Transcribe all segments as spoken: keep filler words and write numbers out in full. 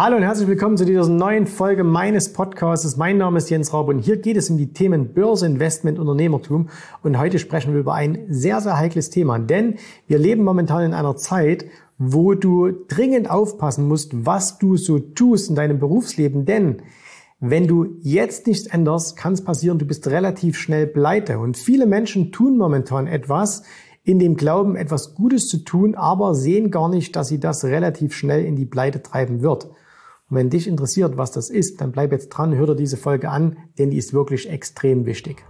Hallo und herzlich willkommen zu dieser neuen Folge meines Podcasts. Mein Name ist Jens Raub und hier geht es um die Themen Börse, Investment, Unternehmertum. Und heute sprechen wir über ein sehr, sehr heikles Thema, denn wir leben momentan in einer Zeit, wo du dringend aufpassen musst, was du so tust in deinem Berufsleben, denn wenn du jetzt nichts änderst, kann es passieren, du bist relativ schnell pleite. Und viele Menschen tun momentan etwas in dem Glauben, etwas Gutes zu tun, aber sehen gar nicht, dass sie das relativ schnell in die Pleite treiben wird. Und wenn dich interessiert, was das ist, dann bleib jetzt dran, hör dir diese Folge an, denn die ist wirklich extrem wichtig.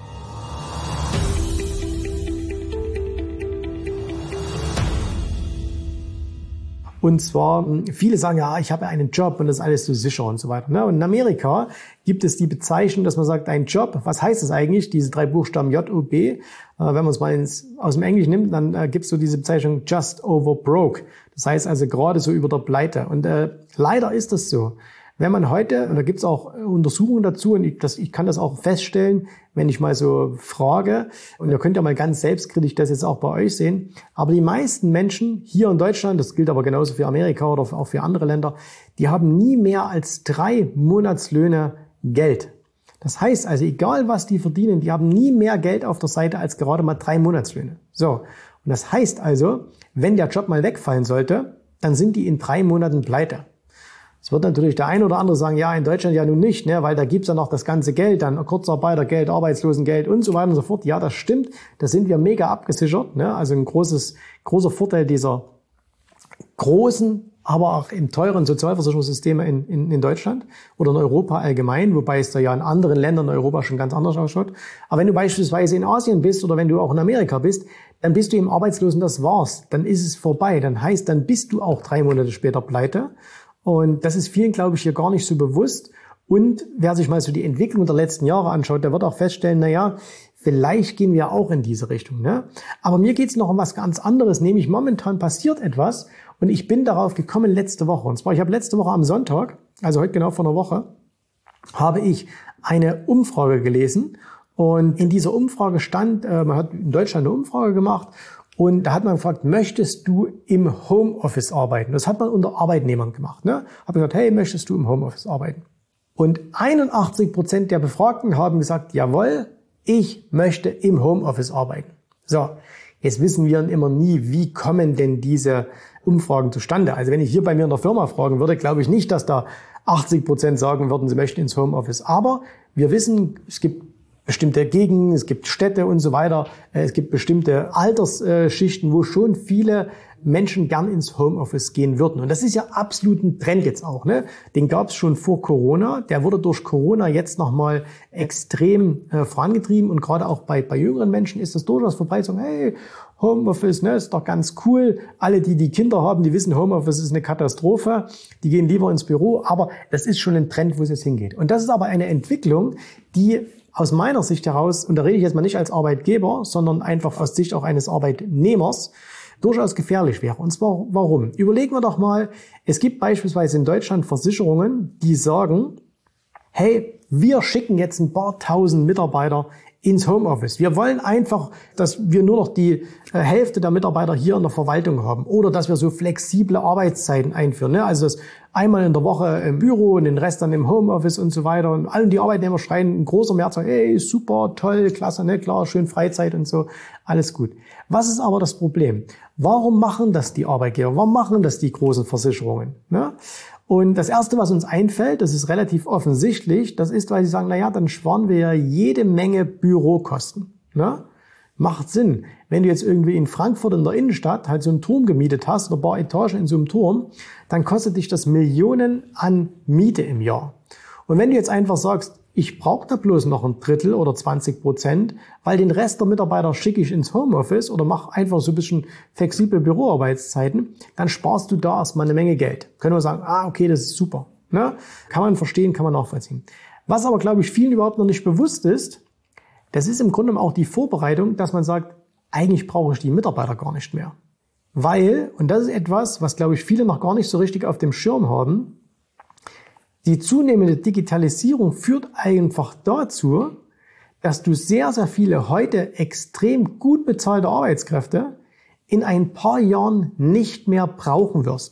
Und zwar, viele sagen, ja, ich habe einen Job und das ist alles so sicher und so weiter. Und in Amerika gibt es die Bezeichnung, dass man sagt, ein Job, was heißt das eigentlich? Diese drei Buchstaben J O B. Wenn man es mal ins, aus dem Englisch nimmt, dann gibt es so diese Bezeichnung just over broke. Das heißt also gerade so über der Pleite. Und äh, leider ist das so. Wenn man heute, und da gibt es auch Untersuchungen dazu, und ich, das, ich kann das auch feststellen, wenn ich mal so frage, und ihr könnt ja mal ganz selbstkritisch das jetzt auch bei euch sehen, aber die meisten Menschen hier in Deutschland, das gilt aber genauso für Amerika oder auch für andere Länder, die haben nie mehr als drei Monatslöhne Geld. Das heißt also, egal was die verdienen, die haben nie mehr Geld auf der Seite als gerade mal drei Monatslöhne. So, und das heißt also, wenn der Job mal wegfallen sollte, dann sind die in drei Monaten pleite. Es wird natürlich der eine oder andere sagen, ja, in Deutschland ja nun nicht, ne, weil da gibt's ja noch das ganze Geld, dann Kurzarbeitergeld, Arbeitslosengeld und so weiter und so fort. Ja, das stimmt, da sind wir mega abgesichert, ne, also ein großes, großer Vorteil dieser großen, aber auch im teuren Sozialversicherungssysteme in, in, in Deutschland oder in Europa allgemein, wobei es da ja in anderen Ländern in Europa schon ganz anders ausschaut. Aber wenn du beispielsweise in Asien bist oder wenn du auch in Amerika bist, dann bist du im Arbeitslosen, das war's, dann ist es vorbei. Dann heißt, dann bist du auch drei Monate später pleite. Und das ist vielen, glaube ich, hier gar nicht so bewusst. Und wer sich mal so die Entwicklung der letzten Jahre anschaut, der wird auch feststellen, na ja, vielleicht gehen wir auch in diese Richtung, ne? Aber mir geht's noch um was ganz anderes, nämlich momentan passiert etwas und ich bin darauf gekommen letzte Woche. Und zwar, ich habe letzte Woche am Sonntag, also heute genau vor einer Woche, habe ich eine Umfrage gelesen. Und in dieser Umfrage stand, äh, man hat in Deutschland eine Umfrage gemacht und da hat man gefragt, möchtest du im Homeoffice arbeiten? Das hat man unter Arbeitnehmern gemacht, ne? Habe gesagt, hey, möchtest du im Homeoffice arbeiten? Und einundachtzig Prozent der Befragten haben gesagt, jawohl, ich möchte im Homeoffice arbeiten. So, jetzt wissen wir immer nie, wie kommen denn diese Umfragen zustande? Also wenn ich hier bei mir in der Firma fragen würde, glaube ich nicht, dass da achtzig Prozent sagen würden, sie möchten ins Homeoffice. Aber wir wissen, es gibt bestimmte Gegenden, es gibt Städte und so weiter. Es gibt bestimmte Altersschichten, wo schon viele Menschen gern ins Homeoffice gehen würden. Und das ist ja absolut ein Trend jetzt auch, ne? Den gab es schon vor Corona. Der wurde durch Corona jetzt nochmal extrem äh, vorangetrieben. Und gerade auch bei, bei jüngeren Menschen ist das durchaus verbreitet. So, hey, Homeoffice, ne, ist doch ganz cool. Alle, die die Kinder haben, die wissen, Homeoffice ist eine Katastrophe. Die gehen lieber ins Büro. Aber das ist schon ein Trend, wo es jetzt hingeht. Und das ist aber eine Entwicklung, die aus meiner Sicht heraus, und da rede ich jetzt mal nicht als Arbeitgeber, sondern einfach aus Sicht auch eines Arbeitnehmers, durchaus gefährlich wäre. Und zwar warum? Überlegen wir doch mal, es gibt beispielsweise in Deutschland Versicherungen, die sagen, hey, wir schicken jetzt ein paar tausend Mitarbeiter ins Homeoffice. Wir wollen einfach, dass wir nur noch die äh, Hälfte der Mitarbeiter hier in der Verwaltung haben oder dass wir so flexible Arbeitszeiten einführen. Ne? Also das einmal in der Woche im Büro und den Rest dann im Homeoffice und so weiter. Und alle die Arbeitnehmer schreien in großer Mehrzahl, hey, super, toll, klasse, ne, klar, schön Freizeit und so, alles gut. Was ist aber das Problem? Warum machen das die Arbeitgeber? Warum machen das die großen Versicherungen? Ne? Und das Erste, was uns einfällt, das ist relativ offensichtlich, das ist, weil sie sagen, na ja, dann sparen wir ja jede Menge Bürokosten. Ne? Macht Sinn. Wenn du jetzt irgendwie in Frankfurt in der Innenstadt halt so einen Turm gemietet hast, oder ein paar Etagen in so einem Turm, dann kostet dich das Millionen an Miete im Jahr. Und wenn du jetzt einfach sagst, ich brauche da bloß noch ein Drittel oder zwanzig Prozent, weil den Rest der Mitarbeiter schicke ich ins Homeoffice oder mache einfach so ein bisschen flexible Büroarbeitszeiten, dann sparst du da erstmal eine Menge Geld. Können wir sagen, ah, okay, das ist super. Ne? Kann man verstehen, kann man nachvollziehen. Was aber, glaube ich, vielen überhaupt noch nicht bewusst ist, das ist im Grunde auch die Vorbereitung, dass man sagt, eigentlich brauche ich die Mitarbeiter gar nicht mehr. Weil, und das ist etwas, was, glaube ich, viele noch gar nicht so richtig auf dem Schirm haben, die zunehmende Digitalisierung führt einfach dazu, dass du sehr, sehr viele heute extrem gut bezahlte Arbeitskräfte in ein paar Jahren nicht mehr brauchen wirst.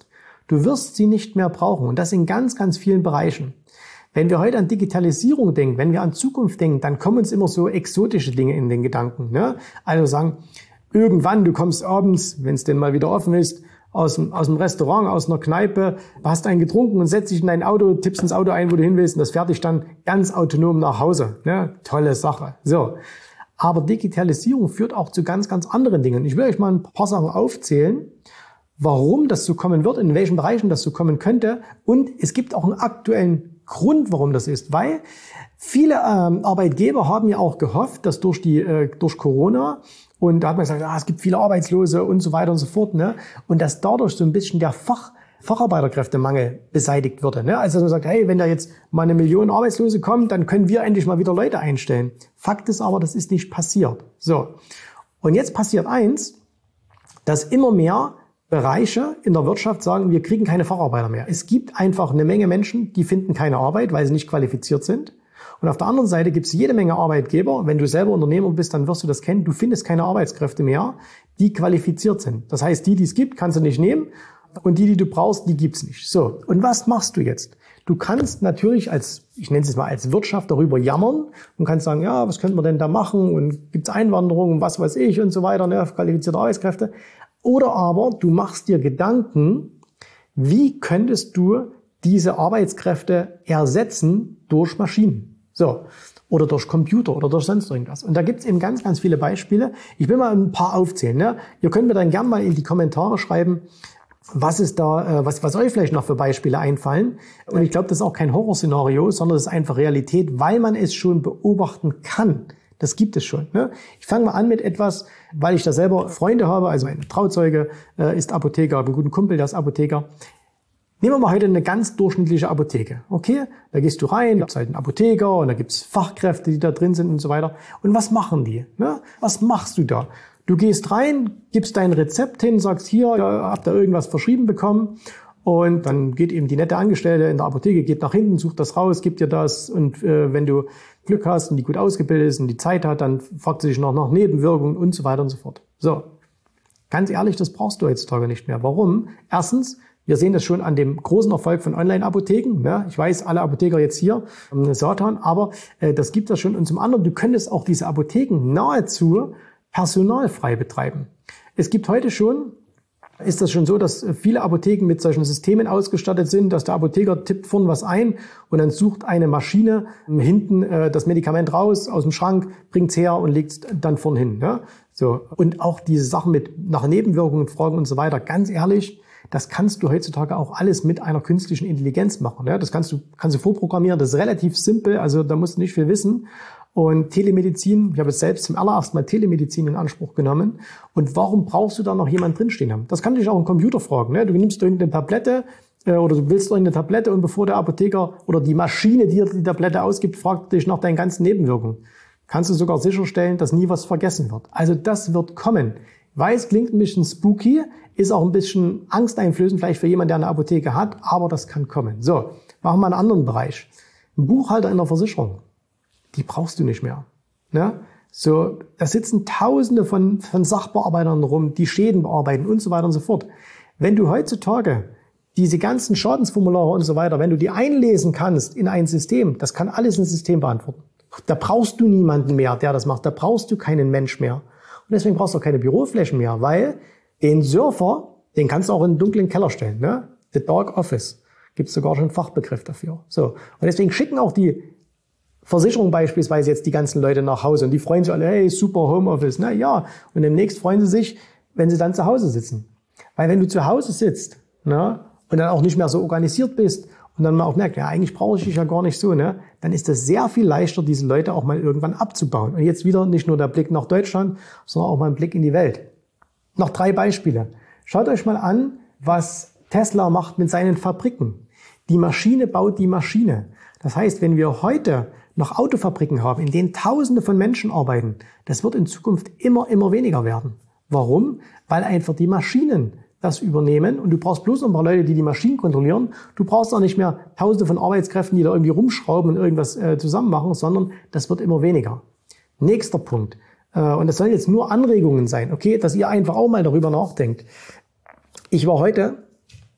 Du wirst sie nicht mehr brauchen und das in ganz, ganz vielen Bereichen. Wenn wir heute an Digitalisierung denken, wenn wir an Zukunft denken, dann kommen uns immer so exotische Dinge in den Gedanken. Ne? Also sagen, irgendwann, du kommst abends, wenn es denn mal wieder offen ist, aus dem, aus dem Restaurant, aus einer Kneipe, hast einen getrunken und setzt dich in dein Auto, tippst ins Auto ein, wo du hin willst und das fährt dich dann ganz autonom nach Hause. Ne? Tolle Sache. So. Aber Digitalisierung führt auch zu ganz, ganz anderen Dingen. Ich will euch mal ein paar Sachen aufzählen, warum das so kommen wird, in welchen Bereichen das so kommen könnte. Und es gibt auch einen aktuellen Grund, warum das ist, weil viele ähm, Arbeitgeber haben ja auch gehofft, dass durch die äh, durch Corona und da hat man gesagt, ah, es gibt viele Arbeitslose und so weiter und so fort, ne, und dass dadurch so ein bisschen der Fach Facharbeiterkräftemangel beseitigt würde, ne, also dass man sagt, hey, wenn da jetzt mal eine Million Arbeitslose kommen, dann können wir endlich mal wieder Leute einstellen. Fakt ist aber, das ist nicht passiert. So, und jetzt passiert eins, dass immer mehr Bereiche in der Wirtschaft sagen, wir kriegen keine Facharbeiter mehr. Es gibt einfach eine Menge Menschen, die finden keine Arbeit, weil sie nicht qualifiziert sind. Und auf der anderen Seite gibt es jede Menge Arbeitgeber. Wenn du selber Unternehmer bist, dann wirst du das kennen. Du findest keine Arbeitskräfte mehr, die qualifiziert sind. Das heißt, die, die es gibt, kannst du nicht nehmen. Und die, die du brauchst, die gibt's nicht. So. Und was machst du jetzt? Du kannst natürlich als, ich nenne es jetzt mal als Wirtschaft darüber jammern und kannst sagen, ja, was könnte man denn da machen? Und gibt's Einwanderung und was weiß ich und so weiter, ne, qualifizierte Arbeitskräfte. Oder aber du machst dir Gedanken, wie könntest du diese Arbeitskräfte ersetzen durch Maschinen? So. Oder durch Computer oder durch sonst irgendwas. Und da gibt's eben ganz, ganz viele Beispiele. Ich will mal ein paar aufzählen. Ne? Ihr könnt mir dann gerne mal in die Kommentare schreiben, was ist da, was, was euch vielleicht noch für Beispiele einfallen. Und ich glaube, das ist auch kein Horrorszenario, sondern das ist einfach Realität, weil man es schon beobachten kann. Das gibt es schon. Ne? Ich fange mal an mit etwas, weil ich da selber Freunde habe. Also mein Trauzeuge äh, ist Apotheker, habe einen guten Kumpel, der ist Apotheker. Nehmen wir mal heute eine ganz durchschnittliche Apotheke. Okay, da gehst du rein, da gibt's halt einen Apotheker und da gibt's Fachkräfte, die da drin sind und so weiter. Und was machen die? Ne? Was machst du da? Du gehst rein, gibst dein Rezept hin, sagst hier, habt ihr irgendwas verschrieben bekommen. Und dann geht eben die nette Angestellte in der Apotheke, geht nach hinten, sucht das raus, gibt dir das. Und äh, wenn du Glück hast und die gut ausgebildet ist und die Zeit hat, dann fragt sie sich noch nach Nebenwirkungen und so weiter und so fort. So, ganz ehrlich, das brauchst du heutzutage nicht mehr. Warum? Erstens, wir sehen das schon an dem großen Erfolg von Online-Apotheken. Ne? Ich weiß, alle Apotheker jetzt hier, Satan, aber äh, das gibt es schon. Und zum anderen, du könntest auch diese Apotheken nahezu personalfrei betreiben. Es gibt heute schon, ist das schon so, dass viele Apotheken mit solchen Systemen ausgestattet sind, dass der Apotheker tippt vorne was ein und dann sucht eine Maschine hinten äh, das Medikament raus aus dem Schrank, bringt's her und legt's dann vorne hin. Ja? So. Und auch diese Sachen mit nach Nebenwirkungen fragen und so weiter, ganz ehrlich, das kannst du heutzutage auch alles mit einer künstlichen Intelligenz machen. Ja? Das kannst du, kannst du vorprogrammieren, das ist relativ simpel, also da musst du nicht viel wissen. Und Telemedizin, ich habe jetzt selbst zum allerersten Mal Telemedizin in Anspruch genommen. Und warum brauchst du da noch jemanden drinstehen haben? Das kann dich auch ein Computer fragen. Ne? Du nimmst irgendeine Tablette äh, oder du willst irgendeine Tablette und bevor der Apotheker oder die Maschine, die dir die Tablette ausgibt, fragt dich nach deinen ganzen Nebenwirkungen. Kannst du sogar sicherstellen, dass nie was vergessen wird. Also das wird kommen. Ich weiß, klingt ein bisschen spooky, ist auch ein bisschen angsteinflößend vielleicht für jemanden, der eine Apotheke hat, aber das kann kommen. So, machen wir einen anderen Bereich. Ein Buchhalter in der Versicherung. Die brauchst du nicht mehr. Ne? So, da sitzen Tausende von, von Sachbearbeitern rum, die Schäden bearbeiten und so weiter und so fort. Wenn du heutzutage diese ganzen Schadensformulare und so weiter, wenn du die einlesen kannst in ein System, das kann alles ein System beantworten. Da brauchst du niemanden mehr, der das macht. Da brauchst du keinen Mensch mehr. Und deswegen brauchst du auch keine Büroflächen mehr, weil den Surfer, den kannst du auch in einen dunklen Keller stellen. Ne? The Dark Office. Gibt es sogar schon einen Fachbegriff dafür. So. Und deswegen schicken auch die Versicherung beispielsweise jetzt die ganzen Leute nach Hause und die freuen sich alle, hey, super Homeoffice. Na ja, und demnächst freuen sie sich, wenn sie dann zu Hause sitzen. Weil wenn du zu Hause sitzt, ne, und dann auch nicht mehr so organisiert bist und dann mal auch merkt, ja, eigentlich brauche ich dich ja gar nicht so, ne, dann ist es sehr viel leichter, diese Leute auch mal irgendwann abzubauen. Und jetzt wieder nicht nur der Blick nach Deutschland, sondern auch mal ein Blick in die Welt. Noch drei Beispiele. Schaut euch mal an, was Tesla macht mit seinen Fabriken. Die Maschine baut die Maschine. Das heißt, wenn wir heute noch Autofabriken haben, in denen Tausende von Menschen arbeiten, das wird in Zukunft immer, immer weniger werden. Warum? Weil einfach die Maschinen das übernehmen und du brauchst bloß noch ein paar Leute, die die Maschinen kontrollieren. Du brauchst auch nicht mehr Tausende von Arbeitskräften, die da irgendwie rumschrauben und irgendwas äh, zusammen machen, sondern das wird immer weniger. Nächster Punkt. Äh, und das sollen jetzt nur Anregungen sein, okay, dass ihr einfach auch mal darüber nachdenkt. Ich war heute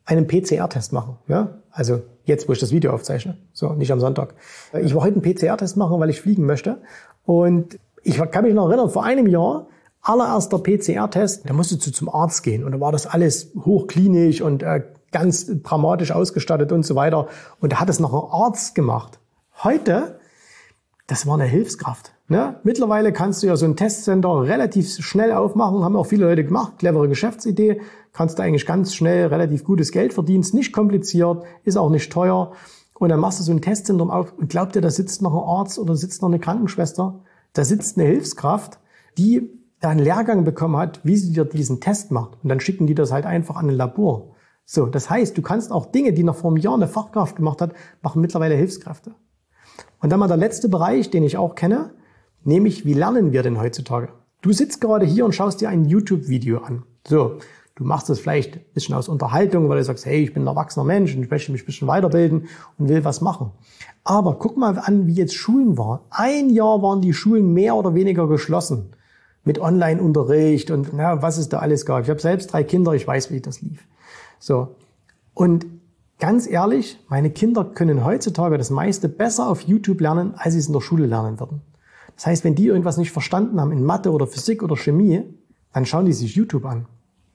einen P C R-Test machen. Ja? Also jetzt, wo ich das Video aufzeichne, so nicht am Sonntag. Ich wollte heute einen P C R-Test machen, weil ich fliegen möchte. Und ich kann mich noch erinnern, vor einem Jahr, allererster P C R-Test, da musstest du zum Arzt gehen. Und da war das alles hochklinisch und äh, ganz dramatisch ausgestattet und so weiter. Und da hat es noch ein Arzt gemacht. Heute, das war eine Hilfskraft. Ne? Mittlerweile kannst du ja so ein Testcenter relativ schnell aufmachen, haben auch viele Leute gemacht, clevere Geschäftsidee, kannst du eigentlich ganz schnell relativ gutes Geld verdienen, ist nicht kompliziert, ist auch nicht teuer. Und dann machst du so ein Testzentrum auf und glaub dir, da sitzt noch ein Arzt oder sitzt noch eine Krankenschwester, da sitzt eine Hilfskraft, die da einen Lehrgang bekommen hat, wie sie dir diesen Test macht. Und dann schicken die das halt einfach an ein Labor. So, das heißt, du kannst auch Dinge, die noch vor einem Jahr eine Fachkraft gemacht hat, machen mittlerweile Hilfskräfte. Und dann mal der letzte Bereich, den ich auch kenne, nämlich, wie lernen wir denn heutzutage? Du sitzt gerade hier und schaust dir ein YouTube-Video an. So, du machst das vielleicht ein bisschen aus Unterhaltung, weil du sagst, hey, ich bin ein erwachsener Mensch und ich möchte mich ein bisschen weiterbilden und will was machen. Aber guck mal an, wie jetzt Schulen waren. Ein Jahr waren die Schulen mehr oder weniger geschlossen. Mit Online-Unterricht und na, was es da alles gab. Ich habe selbst drei Kinder, ich weiß, wie das lief. So, und ganz ehrlich, meine Kinder können heutzutage das meiste besser auf YouTube lernen, als sie es in der Schule lernen würden. Das heißt, wenn die irgendwas nicht verstanden haben in Mathe oder Physik oder Chemie, dann schauen die sich YouTube an.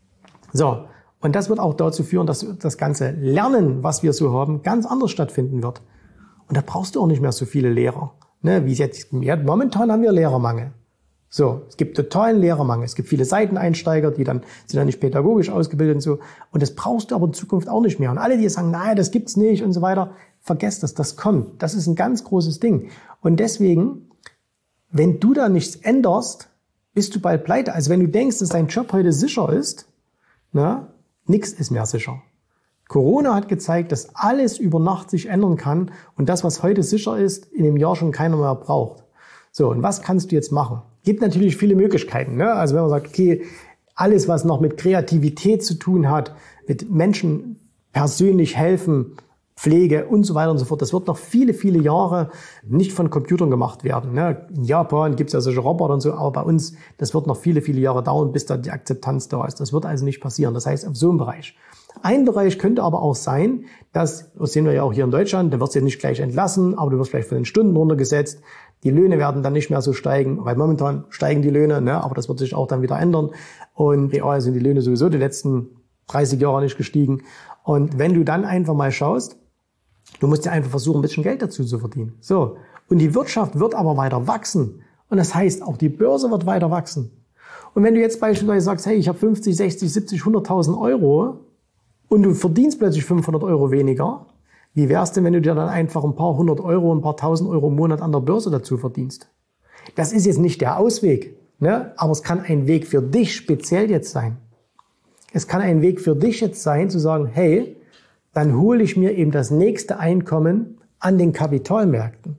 So, und das wird auch dazu führen, dass das ganze Lernen, was wir so haben, ganz anders stattfinden wird. Und da brauchst du auch nicht mehr so viele Lehrer. Ne, wie es jetzt, momentan haben wir Lehrermangel. So, es gibt totalen Lehrermangel. Es gibt viele Seiteneinsteiger, die dann sind dann nicht pädagogisch ausgebildet und so. Und das brauchst du aber in Zukunft auch nicht mehr. Und alle, die sagen, naja, das gibt's nicht und so weiter, vergesst das, das kommt. Das ist ein ganz großes Ding. Und deswegen, wenn du da nichts änderst, bist du bald pleite. Also wenn du denkst, dass dein Job heute sicher ist, na, nichts ist mehr sicher. Corona hat gezeigt, dass alles über Nacht sich ändern kann und das, was heute sicher ist, in einem Jahr schon keiner mehr braucht. So, und was kannst du jetzt machen? Gibt natürlich viele Möglichkeiten. Ne? Also wenn man sagt, okay, alles, was noch mit Kreativität zu tun hat, mit Menschen persönlich helfen, Pflege und so weiter und so fort, das wird noch viele, viele Jahre nicht von Computern gemacht werden. Ne? In Japan gibt es ja solche Roboter und so, aber bei uns, das wird noch viele, viele Jahre dauern, bis da die Akzeptanz da ist. Das wird also nicht passieren. Das heißt, auf so einem Bereich. Ein Bereich könnte aber auch sein, dass, das sehen wir ja auch hier in Deutschland, da wirst du jetzt nicht gleich entlassen, aber du wirst vielleicht von den Stunden runtergesetzt. Die Löhne werden dann nicht mehr so steigen, weil momentan steigen die Löhne, ne? Aber das wird sich auch dann wieder ändern. Und real sind die Löhne sowieso die letzten dreißig Jahre nicht gestiegen. Und wenn du dann einfach mal schaust, du musst ja einfach versuchen, ein bisschen Geld dazu zu verdienen. So. Und die Wirtschaft wird aber weiter wachsen. Und das heißt, auch die Börse wird weiter wachsen. Und wenn du jetzt beispielsweise sagst, hey, ich habe fünfzig, sechzig, siebzig, hunderttausend Euro und du verdienst plötzlich fünfhundert Euro weniger, wie wär's denn, wenn du dir dann einfach ein paar hundert Euro, ein paar tausend Euro im Monat an der Börse dazu verdienst? Das ist jetzt nicht der Ausweg, ne? Aber es kann ein Weg für dich speziell jetzt sein. Es kann ein Weg für dich jetzt sein, zu sagen, hey, dann hole ich mir eben das nächste Einkommen an den Kapitalmärkten.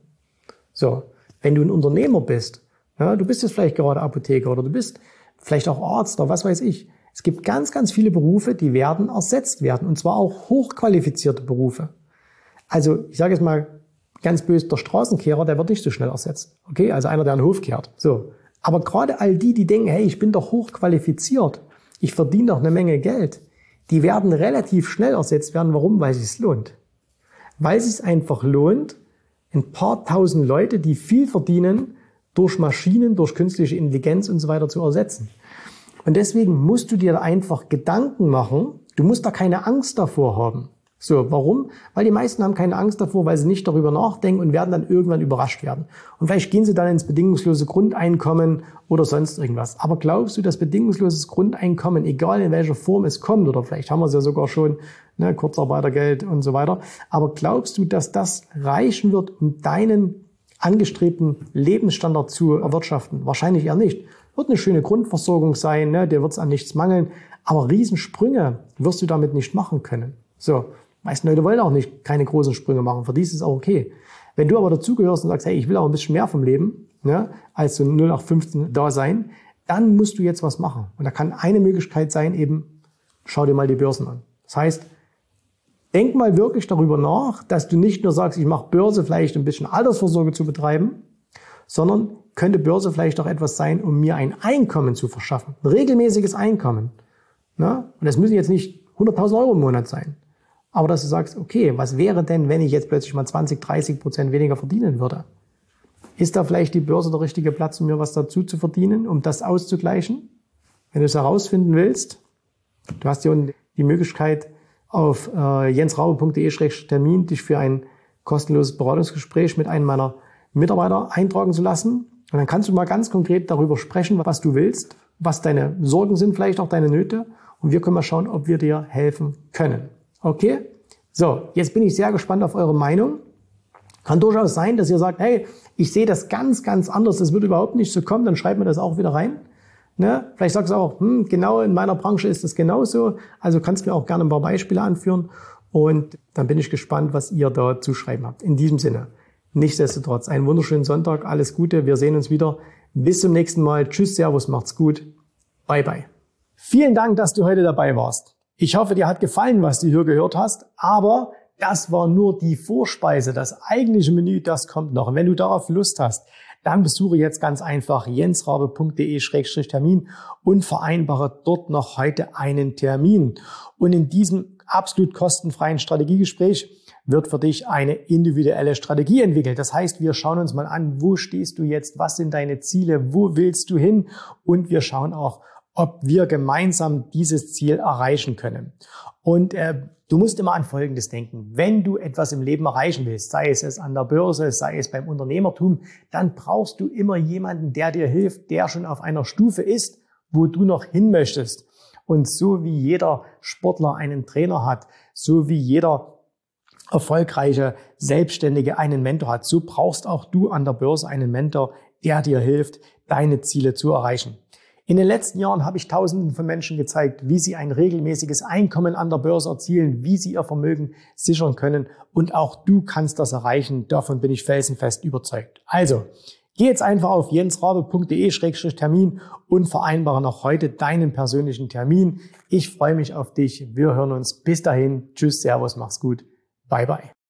So, wenn du ein Unternehmer bist, ja, du bist jetzt vielleicht gerade Apotheker oder du bist vielleicht auch Arzt oder was weiß ich. Es gibt ganz, ganz viele Berufe, die werden ersetzt werden und zwar auch hochqualifizierte Berufe. Also ich sage jetzt mal ganz böse, der Straßenkehrer, der wird nicht so schnell ersetzt. Okay, also einer, der einen Hof kehrt. So, aber gerade all die, die denken, hey, ich bin doch hochqualifiziert, ich verdiene doch eine Menge Geld, die werden relativ schnell ersetzt werden. Warum? Weil es sich lohnt. Weil es sich einfach lohnt, ein paar tausend Leute, die viel verdienen, durch Maschinen, durch künstliche Intelligenz und so weiter zu ersetzen. Und deswegen musst du dir einfach Gedanken machen. Du musst da keine Angst davor haben. So, warum? Weil die meisten haben keine Angst davor, weil sie nicht darüber nachdenken und werden dann irgendwann überrascht werden. Und vielleicht gehen sie dann ins bedingungslose Grundeinkommen oder sonst irgendwas. Aber glaubst du, dass bedingungsloses Grundeinkommen, egal in welcher Form es kommt, oder vielleicht haben wir es ja sogar schon, ne, Kurzarbeitergeld und so weiter, aber glaubst du, dass das reichen wird, um deinen angestrebten Lebensstandard zu erwirtschaften? Wahrscheinlich eher nicht. Wird eine schöne Grundversorgung sein, ne, dir wird es an nichts mangeln, aber Riesensprünge wirst du damit nicht machen können. So. Die meisten Leute wollen auch nicht keine großen Sprünge machen. Für die ist es auch okay. Wenn du aber dazugehörst und sagst, hey, ich will auch ein bisschen mehr vom Leben, ne, als so null acht fünfzehn da sein, dann musst du jetzt was machen. Und da kann eine Möglichkeit sein, eben, schau dir mal die Börsen an. Das heißt, denk mal wirklich darüber nach, dass du nicht nur sagst, ich mache Börse vielleicht ein bisschen Altersvorsorge zu betreiben, sondern könnte Börse vielleicht auch etwas sein, um mir ein Einkommen zu verschaffen. Ein regelmäßiges Einkommen. Ne? Und das müssen jetzt nicht hunderttausend Euro im Monat sein. Aber dass du sagst, okay, was wäre denn, wenn ich jetzt plötzlich mal zwanzig, dreißig Prozent weniger verdienen würde? Ist da vielleicht die Börse der richtige Platz, um mir was dazu zu verdienen, um das auszugleichen? Wenn du es herausfinden willst, du hast hier unten die Möglichkeit, auf äh, jensraube punkt de slash termin dich für ein kostenloses Beratungsgespräch mit einem meiner Mitarbeiter eintragen zu lassen. Und dann kannst du mal ganz konkret darüber sprechen, was du willst, was deine Sorgen sind, vielleicht auch deine Nöte. Und wir können mal schauen, ob wir dir helfen können. Okay? So, jetzt bin ich sehr gespannt auf eure Meinung. Kann durchaus sein, dass ihr sagt, hey, ich sehe das ganz, ganz anders, das wird überhaupt nicht so kommen, dann schreibt mir das auch wieder rein. Ne? Vielleicht sagst du auch, hm, genau in meiner Branche ist das genauso. Also kannst du mir auch gerne ein paar Beispiele anführen. Und dann bin ich gespannt, was ihr da zu schreiben habt. In diesem Sinne, nichtsdestotrotz, einen wunderschönen Sonntag, alles Gute, wir sehen uns wieder. Bis zum nächsten Mal. Tschüss, Servus, macht's gut. Bye, bye. Vielen Dank, dass du heute dabei warst. Ich hoffe, dir hat gefallen, was du hier gehört hast, aber das war nur die Vorspeise. Das eigentliche Menü, das kommt noch. Und wenn du darauf Lust hast, dann besuche jetzt ganz einfach jensraube punkt de slash termin und vereinbare dort noch heute einen Termin. Und in diesem absolut kostenfreien Strategiegespräch wird für dich eine individuelle Strategie entwickelt. Das heißt, wir schauen uns mal an, wo stehst du jetzt, was sind deine Ziele, wo willst du hin? Und wir schauen auch, ob wir gemeinsam dieses Ziel erreichen können. Und äh, du musst immer an Folgendes denken. Wenn du etwas im Leben erreichen willst, sei es an der Börse, sei es beim Unternehmertum, dann brauchst du immer jemanden, der dir hilft, der schon auf einer Stufe ist, wo du noch hin möchtest. Und so wie jeder Sportler einen Trainer hat, so wie jeder erfolgreiche Selbstständige einen Mentor hat, so brauchst auch du an der Börse einen Mentor, der dir hilft, deine Ziele zu erreichen. In den letzten Jahren habe ich Tausenden von Menschen gezeigt, wie sie ein regelmäßiges Einkommen an der Börse erzielen, wie sie ihr Vermögen sichern können. Und auch du kannst das erreichen. Davon bin ich felsenfest überzeugt. Also, geh jetzt einfach auf jensraube punkt de slash termin und vereinbare noch heute deinen persönlichen Termin. Ich freue mich auf dich. Wir hören uns. Bis dahin. Tschüss, Servus, mach's gut. Bye, bye.